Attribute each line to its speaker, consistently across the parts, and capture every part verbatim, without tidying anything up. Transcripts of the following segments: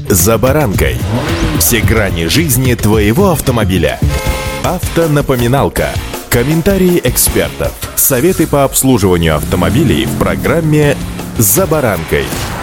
Speaker 1: «За баранкой». Все грани жизни твоего автомобиля. Автонапоминалка. Комментарии экспертов. Советы по обслуживанию автомобилей в программе «За баранкой».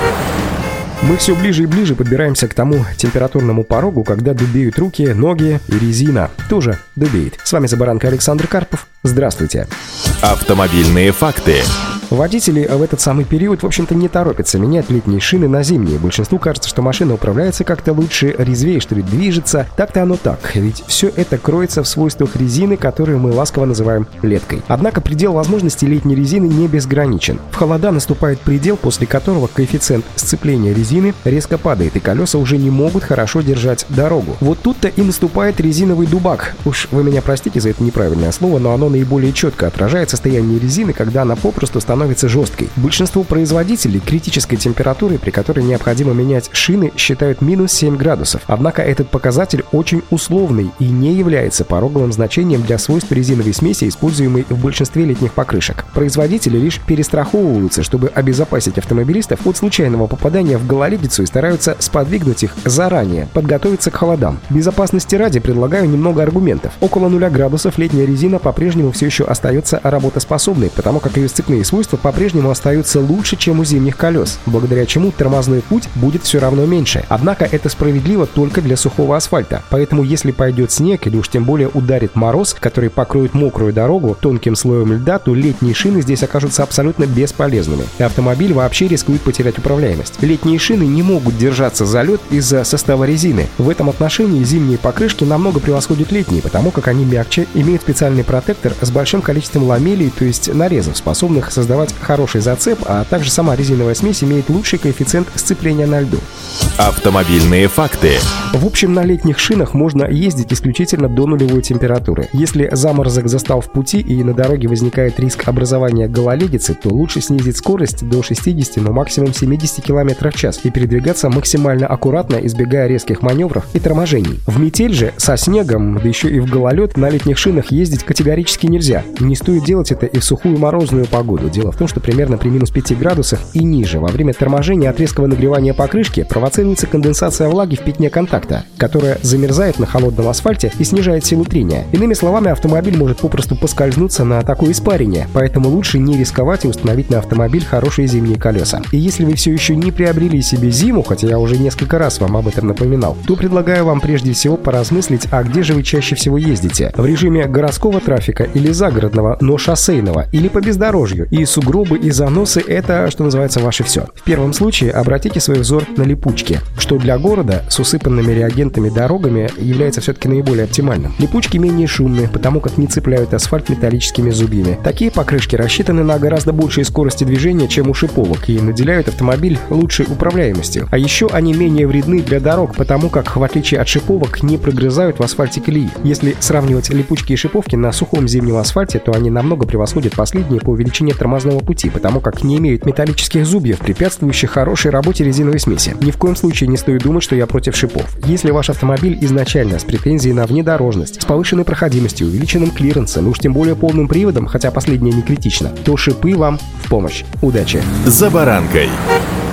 Speaker 2: Мы все ближе и ближе подбираемся к тому температурному порогу, когда дубеют руки, ноги и резина тоже дубеет. С вами «За баранкой» Александр Карпов. Здравствуйте.
Speaker 1: Автомобильные факты.
Speaker 2: Водители в этот самый период, в общем-то, не торопятся менять летние шины на зимние. Большинству кажется, что машина управляется как-то лучше, резвее, что ли, движется. Так-то оно так, ведь все это кроется в свойствах резины, которую мы ласково называем леткой. Однако предел возможностей летней резины не безграничен. В холода наступает предел, после которого коэффициент сцепления резины резко падает, и колеса уже не могут хорошо держать дорогу. Вот тут-то и наступает резиновый дубак. Уж вы меня простите за это неправильное слово, но оно наиболее четко отражает состояние резины, когда она попросту становится становится жесткой. Большинство производителей критической температурой, при которой необходимо менять шины, считают минус семь градусов. Однако этот показатель очень условный и не является пороговым значением для свойств резиновой смеси, используемой в большинстве летних покрышек. Производители лишь перестраховываются, чтобы обезопасить автомобилистов от случайного попадания в гололедицу, и стараются сподвигнуть их заранее, подготовиться к холодам. Безопасности ради предлагаю немного аргументов. Около нуля градусов летняя резина по-прежнему все еще остается работоспособной, потому как ее сцепные свойства по-прежнему остаются лучше, чем у зимних колес, благодаря чему тормозной путь будет все равно меньше. Однако это справедливо только для сухого асфальта. Поэтому если пойдет снег или уж тем более ударит мороз, который покроет мокрую дорогу тонким слоем льда, то летние шины здесь окажутся абсолютно бесполезными. И автомобиль вообще рискует потерять управляемость. Летние шины не могут держаться за лед из-за состава резины. В этом отношении зимние покрышки намного превосходят летние, потому как они мягче, имеют специальный протектор с большим количеством ламелей, то есть нарезов, способных создавать хороший зацеп, а также сама резиновая смесь имеет лучший коэффициент сцепления на льду.
Speaker 1: Автомобильные факты.
Speaker 2: В общем, на летних шинах можно ездить исключительно до нулевой температуры. Если заморозок застал в пути и на дороге возникает риск образования гололедицы, то лучше снизить скорость до шестидесяти, но максимум семидесяти километров в час и передвигаться максимально аккуратно, избегая резких маневров и торможений. В метель же, со снегом, да еще и в гололед, на летних шинах ездить категорически нельзя. Не стоит делать это и в сухую морозную погоду. Дело в том, что примерно при минус пяти градусах и ниже во время торможения от резкого нагревания покрышки провоцируется конденсация влаги в пятне контакта, которая замерзает на холодном асфальте и снижает силу трения. Иными словами, автомобиль может попросту поскользнуться на такое испарение, поэтому лучше не рисковать и установить на автомобиль хорошие зимние колеса. И если вы все еще не приобрели себе зиму, хотя я уже несколько раз вам об этом напоминал, то предлагаю вам прежде всего поразмыслить, а где же вы чаще всего ездите? В режиме городского трафика или загородного, но шоссейного, или по бездорожью? И сугробы и заносы — это, что называется, ваше все. В первом случае обратите свой взор на липучки, что для города с усыпанными реагентами дорогами является все-таки наиболее оптимальным. Липучки менее шумные, потому как не цепляют асфальт металлическими зубьями. Такие покрышки рассчитаны на гораздо большие скорости движения, чем у шиповок, и наделяют автомобиль лучшей управляемостью. А еще они менее вредны для дорог, потому как, в отличие от шиповок, не прогрызают в асфальте колеи. Если сравнивать липучки и шиповки на сухом зимнем асфальте, то они намного превосходят последние по величине тормозного пути, потому как не имеют металлических зубьев, препятствующих хорошей работе резиновой смеси. Ни в коем случае не стоит думать, что я против шипов. Если ваш автомобиль изначально с претензией на внедорожность, с повышенной проходимостью, увеличенным клиренсом, и уж тем более полным приводом, хотя последнее не критично, то шипы вам в помощь. Удачи!
Speaker 1: За баранкой.